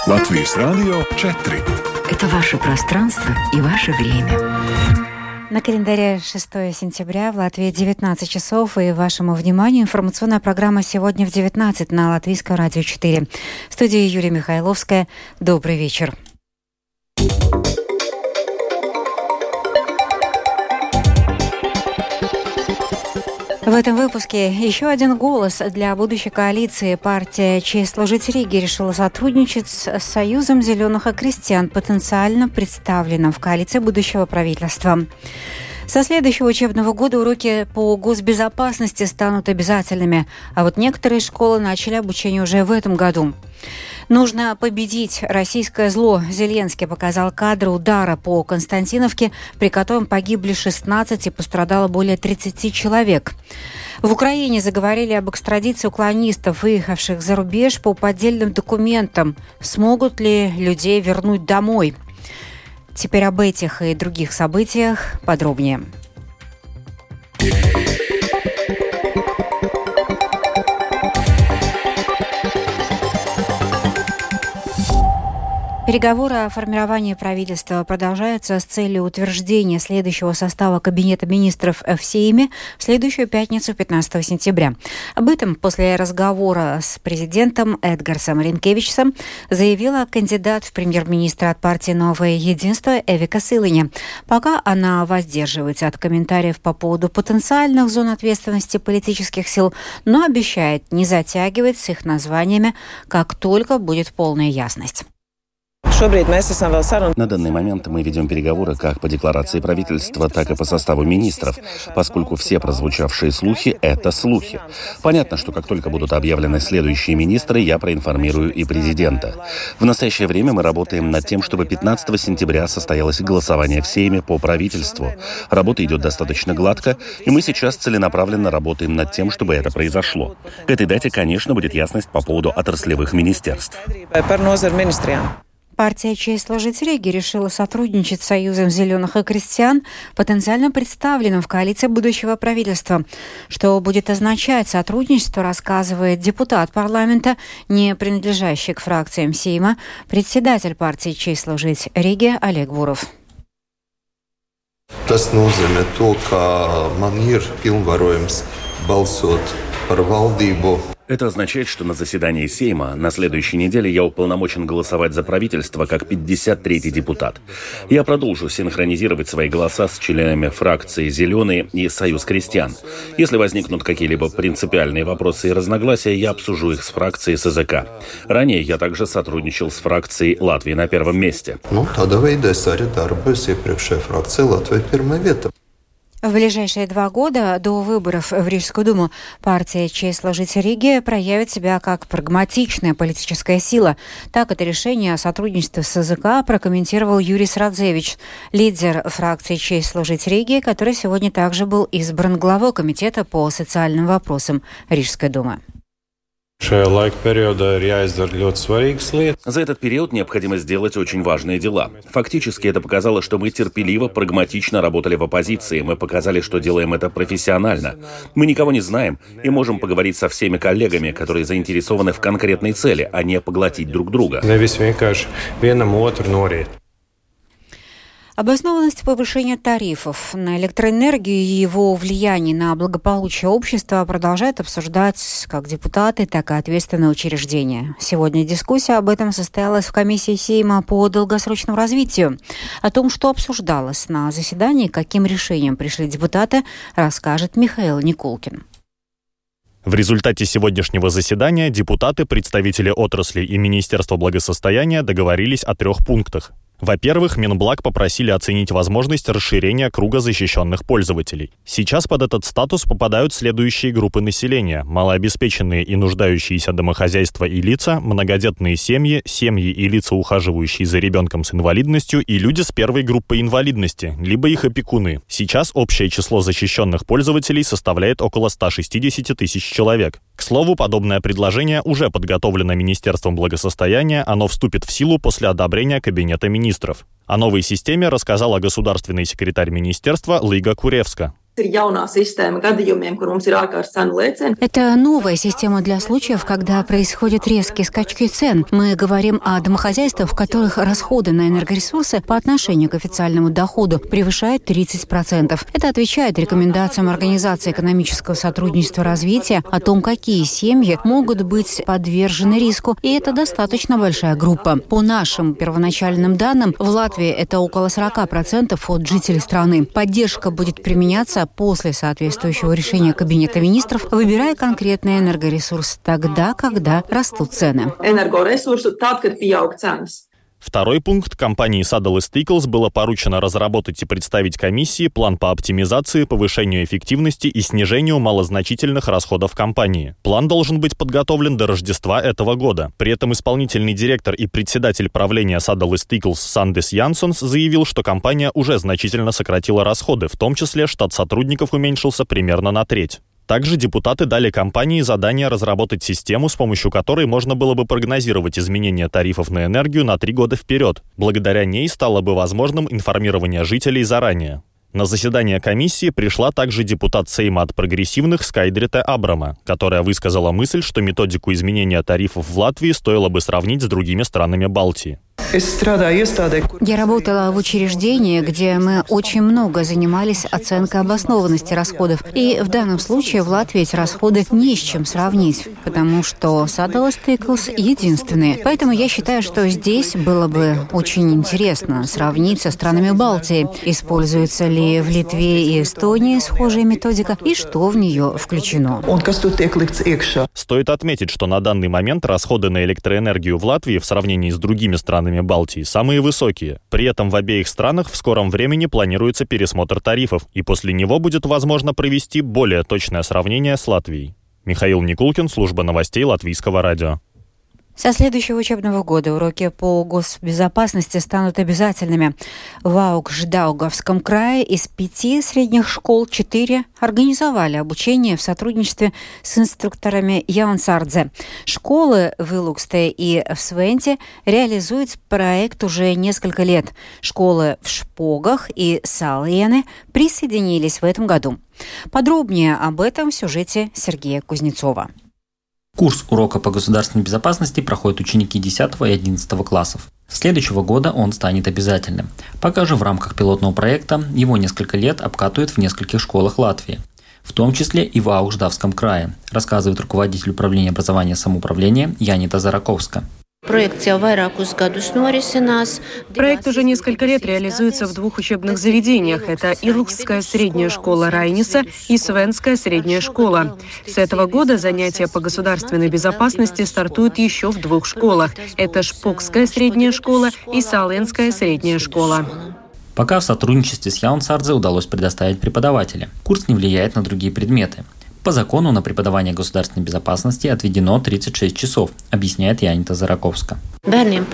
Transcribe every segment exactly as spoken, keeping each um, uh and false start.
Латвийс радио четыре. Это ваше пространство и ваше время. На календаре шестое сентября, в Латвии девятнадцать часов, и вашему вниманию информационная программа «Сегодня в девятнадцать» на Латвийском радио четыре. В студии Юлия Михайловская. Добрый вечер. В этом выпуске еще один голос для будущей коалиции. Партия «Чесло-Жить Риги» решила сотрудничать с Союзом зеленых и крестьян, потенциально представленным в коалиции будущего правительства. Со следующего учебного года уроки по госбезопасности станут обязательными, а вот некоторые школы начали обучение уже в этом году. Нужно победить российское зло. Зеленский показал кадры удара по Константиновке, при котором погибли шестнадцать и пострадало более тридцати человек. В Украине заговорили об экстрадиции уклонистов, выехавших за рубеж по поддельным документам. Смогут ли людей вернуть домой? Теперь об этих и других событиях подробнее. Переговоры о формировании правительства продолжаются с целью утверждения следующего состава Кабинета министров в Сейме в следующую пятницу, пятнадцатого сентября. Об этом после разговора с президентом Эдгарсом Ринкевичсом заявила кандидат в премьер-министра от партии «Новое единство» Эвика Силыня. Пока она воздерживается от комментариев по поводу потенциальных зон ответственности политических сил, но обещает не затягивать с их названиями, как только будет полная ясность. На данный момент мы ведем переговоры как по декларации правительства, так и по составу министров, поскольку все прозвучавшие слухи – это слухи. Понятно, что как только будут объявлены следующие министры, я проинформирую и президента. В настоящее время мы работаем над тем, чтобы пятнадцатого сентября состоялось голосование в Сейме по правительству. Работа идет достаточно гладко, и мы сейчас целенаправленно работаем над тем, чтобы это произошло. К этой дате, конечно, будет ясность по поводу отраслевых министерств. Партия «Чесло-Жить Риги» решила сотрудничать с Союзом зеленых и крестьян, потенциально представленным в коалиции будущего правительства. Что будет означать сотрудничество, рассказывает депутат парламента, не принадлежащий к фракциям Сейма, председатель партии «Чесло-Жить Риги» Олег Буров. Tas nozīmē to, ka man ir pilnvarojums balsot par valdību. Это означает, что на заседании Сейма на следующей неделе я уполномочен голосовать за правительство как пятьдесят третий депутат. Я продолжу синхронизировать свои голоса с членами фракции «Зеленые» и «Союз крестьян». Если возникнут какие-либо принципиальные вопросы и разногласия, я обсужу их с фракцией эс зэ ка. Ранее я также сотрудничал с фракцией «Латвии на первом месте». Ну, tādā veidā es arī darbojos iepriekšējā frakcijā Latvija pirmā vieta. В ближайшие два года до выборов в Рижскую думу партия «Чесло-Жить Риги» проявит себя как прагматичная политическая сила. Так это решение о сотрудничестве с эс зэ ка прокомментировал Юрис Радзевич, лидер фракции «Чесло-Жить Риги», который сегодня также был избран главой комитета по социальным вопросам Рижской думы. За этот период необходимо сделать очень важные дела. Фактически это показало, что мы терпеливо, прагматично работали в оппозиции. Мы показали, что делаем это профессионально. Мы никого не знаем и можем поговорить со всеми коллегами, которые заинтересованы в конкретной цели, а не поглотить друг друга. Обоснованность повышения тарифов на электроэнергию и его влияние на благополучие общества продолжают обсуждать как депутаты, так и ответственные учреждения. Сегодня дискуссия об этом состоялась в комиссии Сейма по долгосрочному развитию. О том, что обсуждалось на заседании, каким решением пришли депутаты, расскажет Михаил Никулкин. В результате сегодняшнего заседания депутаты, представители отрасли и Министерства благосостояния договорились о трех пунктах. Во-первых, Минблаг попросили оценить возможность расширения круга защищенных пользователей. Сейчас под этот статус попадают следующие группы населения: малообеспеченные и нуждающиеся домохозяйства и лица, многодетные семьи, семьи и лица, ухаживающие за ребенком с инвалидностью, и люди с первой группой инвалидности, либо их опекуны. Сейчас общее число защищенных пользователей составляет около ста шестидесяти тысяч человек. К слову, подобное предложение уже подготовлено Министерством благосостояния, оно вступит в силу после одобрения Кабинета министров. О новой системе рассказала государственный секретарь министерства Лига Куревска. Это новая система для случаев, когда происходят резкие скачки цен. Мы говорим о домохозяйствах, в которых расходы на энергоресурсы по отношению к официальному доходу превышают тридцать процентов. Это отвечает рекомендациям Организации экономического сотрудничества и развития о том, какие семьи могут быть подвержены риску, и это достаточно большая группа. По нашим первоначальным данным, в Латвии это около сорок процентов от жителей страны. Поддержка будет применяться после соответствующего решения Кабинета министров, выбирая конкретный энергоресурс тогда, когда растут цены. Второй пункт. Компании Saddle Stickles было поручено разработать и представить комиссии план по оптимизации, повышению эффективности и снижению малозначительных расходов компании. План должен быть подготовлен до Рождества этого года. При этом исполнительный директор и председатель правления Saddle Stickles Сандис Янсонс заявил, что компания уже значительно сократила расходы, в том числе штат сотрудников уменьшился примерно на треть. Также депутаты дали компании задание разработать систему, с помощью которой можно было бы прогнозировать изменения тарифов на энергию на три года вперед. Благодаря ней стало бы возможным информирование жителей заранее. На заседание комиссии пришла также депутат Сейма от прогрессивных Скайдрите Абрама, которая высказала мысль, что методику изменения тарифов в Латвии стоило бы сравнить с другими странами Балтии. Я работала в учреждении, где мы очень много занимались оценкой обоснованности расходов. И в данном случае в Латвии эти расходы не с чем сравнить, потому что Saddle Stickles единственные. Поэтому я считаю, что здесь было бы очень интересно сравнить со странами Балтии. Используется ли в Литве и Эстонии схожая методика и что в нее включено. Стоит отметить, что на данный момент расходы на электроэнергию в Латвии в сравнении с другими странами Балтии самые высокие. При этом в обеих странах в скором времени планируется пересмотр тарифов, и после него будет возможно провести более точное сравнение с Латвией. Михаил Никулкин, служба новостей Латвийского радио. Со следующего учебного года уроки по госбезопасности станут обязательными. В Аукшдаугавском крае из пяти средних школ четыре организовали обучение в сотрудничестве с инструкторами Яунсардзе. Школы в Илуксте и в Свенте реализуют проект уже несколько лет. Школы в Шпогах и Салиене присоединились в этом году. Подробнее об этом в сюжете Сергея Кузнецова. Курс урока по государственной безопасности проходят ученики десятого и одиннадцатого классов. С следующего года он станет обязательным. Пока же в рамках пилотного проекта его несколько лет обкатывают в нескольких школах Латвии, в том числе и в Аукшдавском крае, рассказывает руководитель управления образования и самоуправления Янита Зараковска. Проект уже несколько лет реализуется в двух учебных заведениях. Это Илукская средняя школа Райниса и Свенская средняя школа. С этого года занятия по государственной безопасности стартуют еще в двух школах. Это Шпогская средняя школа и Саленская средняя школа. Пока в сотрудничестве с Яунсардзе удалось предоставить преподавателя. Курс не влияет на другие предметы. По закону на преподавание государственной безопасности отведено тридцать шесть часов, объясняет Янита Зараковска. У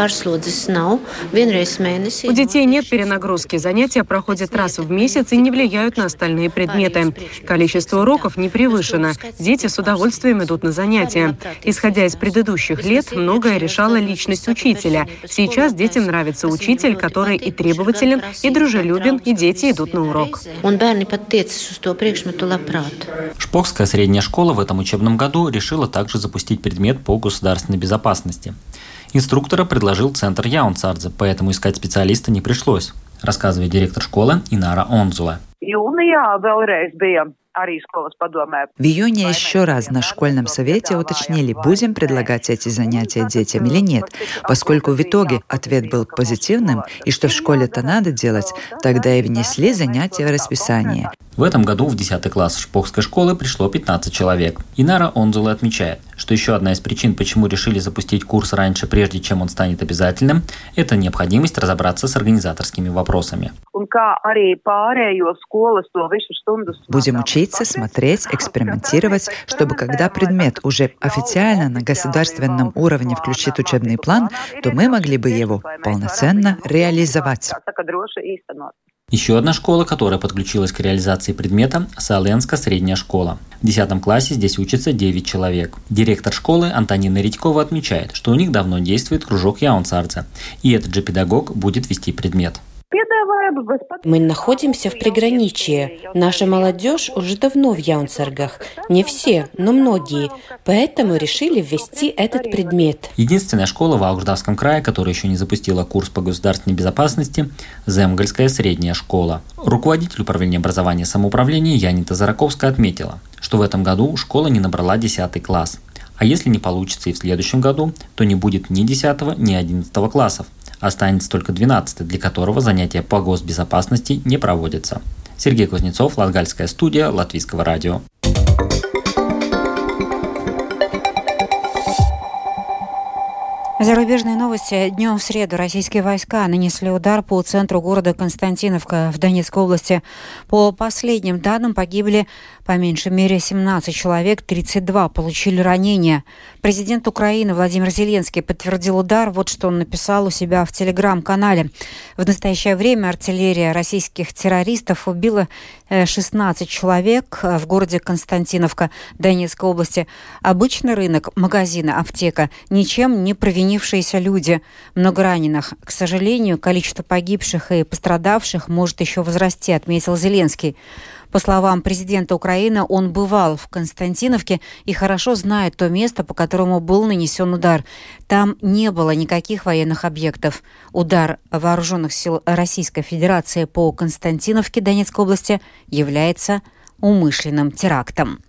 детей нет перенагрузки. Занятия проходят раз в месяц и не влияют на остальные предметы. Количество уроков не превышено. Дети с удовольствием идут на занятия. Исходя из предыдущих лет, многое решала личность учителя. Сейчас детям нравится учитель, который и требователен, и дружелюбен, и дети идут на урок. Шпогская средняя школа в этом учебном году решила также запустить предмет по государственной безопасности. Инструктора предложил центр Яунсардзе, поэтому искать специалиста не пришлось, рассказывает директор школы Инара Онзула. В июне еще раз на школьном совете уточнили, будем предлагать эти занятия детям или нет, поскольку в итоге ответ был позитивным, и что в школе это надо делать, тогда и внесли занятия в расписание. В этом году в десятый класс Шпогской школы пришло пятнадцать человек. Инара Онзула отмечает, что еще одна из причин, почему решили запустить курс раньше, прежде чем он станет обязательным, это необходимость разобраться с организаторскими вопросами. Будем учиться, смотреть, экспериментировать, чтобы когда предмет уже официально на государственном уровне включит учебный план, то мы могли бы его полноценно реализовать. Еще одна школа, которая подключилась к реализации предмета – Саленская средняя школа. В десятом классе здесь учатся девять человек. Директор школы Антонина Редькова отмечает, что у них давно действует кружок Яунсардзе, и этот же педагог будет вести предмет. Мы находимся в приграничье. Наша молодежь уже давно в Яунцергах. Не все, но многие. Поэтому решили ввести этот предмет. Единственная школа в Аугждавском крае, которая еще не запустила курс по государственной безопасности – Земгольская средняя школа. Руководитель управления образования и самоуправления Янита Зараковская отметила, что в этом году школа не набрала десятый класс. А если не получится и в следующем году, то не будет ни десятого, ни одиннадцатого классов. Останется только двенадцатый, для которого занятия по госбезопасности не проводятся. Сергей Кузнецов, Латгальская студия, Латвийского радио. Зарубежные новости. Днем в среду российские войска нанесли удар по центру города Константиновка в Донецкой области. По последним данным погибли по меньшей мере семнадцать человек, тридцать два получили ранения. Президент Украины Владимир Зеленский подтвердил удар. Вот что он написал у себя в телеграм-канале. В настоящее время артиллерия российских террористов убила шестнадцать человек в городе Константиновка Донецкой области. Обычный рынок, магазины, аптека. Ничем не провинившиеся люди. Много раненых. К сожалению, количество погибших и пострадавших может еще возрасти, отметил Зеленский. По словам президента Украины, он бывал в Константиновке и хорошо знает то место, по которому был нанесен удар. Там не было никаких военных объектов. Удар вооруженных сил Российской Федерации по Константиновке Донецкой области является умышленным терактом.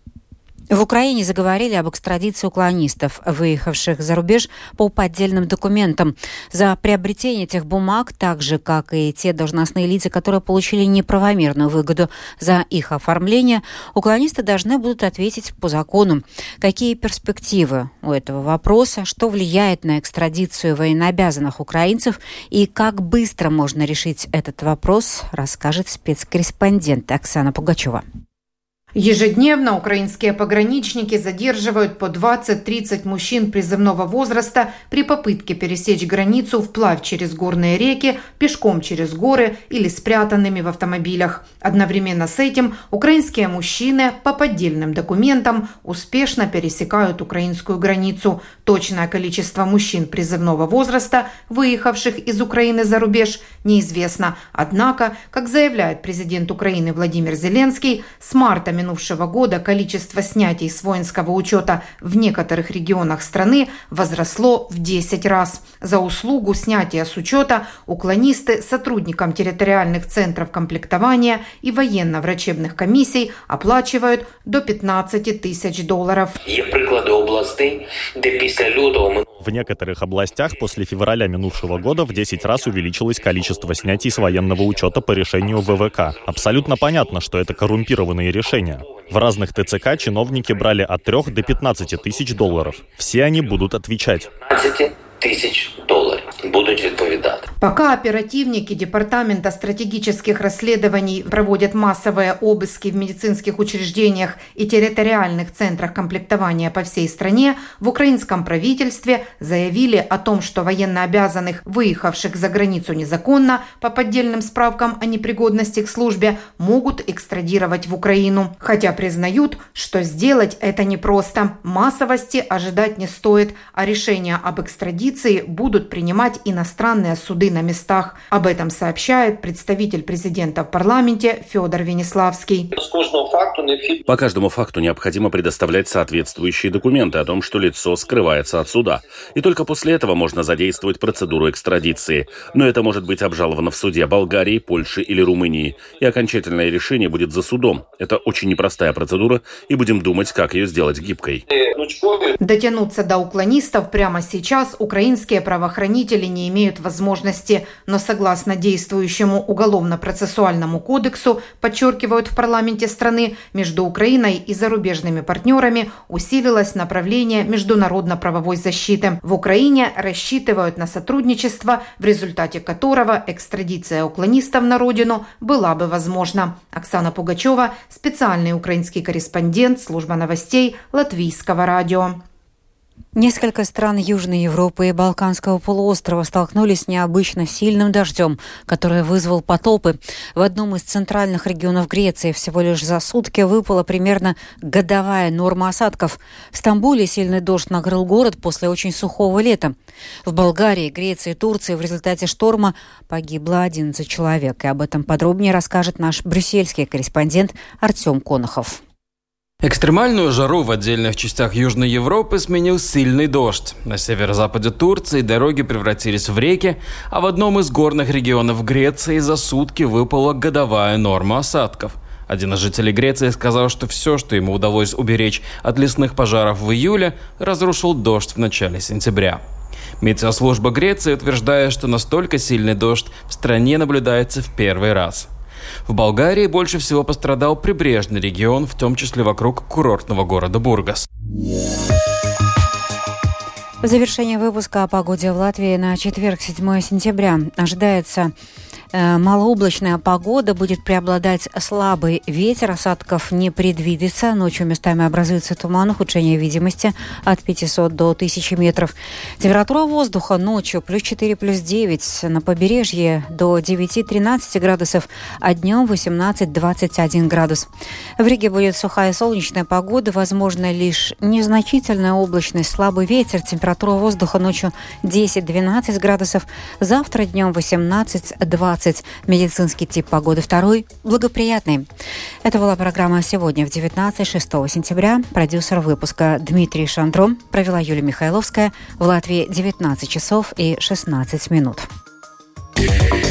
В Украине заговорили об экстрадиции уклонистов, выехавших за рубеж по поддельным документам. За приобретение этих бумаг, так же, как и те должностные лица, которые получили неправомерную выгоду за их оформление, уклонисты должны будут ответить по закону. Какие перспективы у этого вопроса, что влияет на экстрадицию военнообязанных украинцев и как быстро можно решить этот вопрос, расскажет спецкорреспондент Оксана Пугачева. Ежедневно украинские пограничники задерживают по двадцать-тридцать мужчин призывного возраста при попытке пересечь границу вплавь через горные реки, пешком через горы или спрятанными в автомобилях. Одновременно с этим украинские мужчины по поддельным документам успешно пересекают украинскую границу. Точное количество мужчин призывного возраста, выехавших из Украины за рубеж, неизвестно. Однако, как заявляет президент Украины Владимир Зеленский, с марта минувшего года количество снятий с воинского учета в некоторых регионах страны возросло в десять раз. За услугу снятия с учета уклонисты сотрудникам территориальных центров комплектования и военно-врачебных комиссий оплачивают до пятнадцать тысяч долларов. В некоторых областях после февраля минувшего года в десять раз увеличилось количество снятий с военного учета по решению вэ вэ ка. Абсолютно понятно, что это коррумпированные решения. В разных тэ цэ ка чиновники брали от трёх до пятнадцати тысяч долларов. Все они будут отвечать. Тысяч долларов будут відповідати. Пока оперативники Департамента стратегических расследований проводят массовые обыски в медицинских учреждениях и территориальных центрах комплектования по всей стране, в украинском правительстве заявили о том, что военнообязанных, выехавших за границу незаконно по поддельным справкам о непригодности к службе, могут экстрадировать в Украину. Хотя признают, что сделать это непросто. Массовости ожидать не стоит, а решение об экстрадиции будут принимать иностранные суды на местах. Об этом сообщает представитель президента в парламенте Федор Венеславский. По каждому факту необходимо предоставлять соответствующие документы о том, что лицо скрывается от суда. И только после этого можно задействовать процедуру экстрадиции. Но это может быть обжаловано в суде Болгарии, Польши или Румынии. И окончательное решение будет за судом. Это очень непростая процедура, и будем думать, как ее сделать гибкой. Дотянуться до уклонистов прямо сейчас украинские правоохранители не имеют возможности, но согласно действующему уголовно-процессуальному кодексу, подчеркивают в парламенте страны, между Украиной и зарубежными партнерами усилилось направление международно-правовой защиты. В Украине рассчитывают на сотрудничество, в результате которого экстрадиция уклонистов на родину была бы возможна. Оксана Пугачева, специальный украинский корреспондент, служба новостей Латвийского радио. Несколько стран Южной Европы и Балканского полуострова столкнулись с необычно сильным дождем, который вызвал потопы. В одном из центральных регионов Греции всего лишь за сутки выпала примерно годовая норма осадков. В Стамбуле сильный дождь накрыл город после очень сухого лета. В Болгарии, Греции и Турции в результате шторма погибло одиннадцать человек. И об этом подробнее расскажет наш брюссельский корреспондент Артем Конохов. Экстремальную жару в отдельных частях Южной Европы сменил сильный дождь. На северо-западе Турции дороги превратились в реки, а в одном из горных регионов Греции за сутки выпала годовая норма осадков. Один из жителей Греции сказал, что все, что ему удалось уберечь от лесных пожаров в июле, разрушил дождь в начале сентября. Метеослужба Греции утверждает, что настолько сильный дождь в стране наблюдается в первый раз. В Болгарии больше всего пострадал прибрежный регион, в том числе вокруг курортного города Бургас. В завершении выпуска о погоде в Латвии на четверг, седьмое сентября, ожидается малооблачная погода, будет преобладать слабый ветер, осадков не предвидится. Ночью местами образуется туман, ухудшение видимости от пятисот до тысячи метров. Температура воздуха ночью плюс четыре, плюс девять, на побережье до девяти-тринадцати градусов, а днем восемнадцать-двадцать один градус. В Риге будет сухая солнечная погода, возможно лишь незначительная облачность, слабый ветер, температура воздуха ночью десять-двенадцать градусов, завтра днем восемнадцать-двадцать. Медицинский тип погоды второй – благоприятный. Это была программа «Сегодня» в девятнадцать, шестого сентября. Продюсер выпуска Дмитрий Шандро. Провела Юлия Михайловская. В Латвии девятнадцать часов и шестнадцать минут.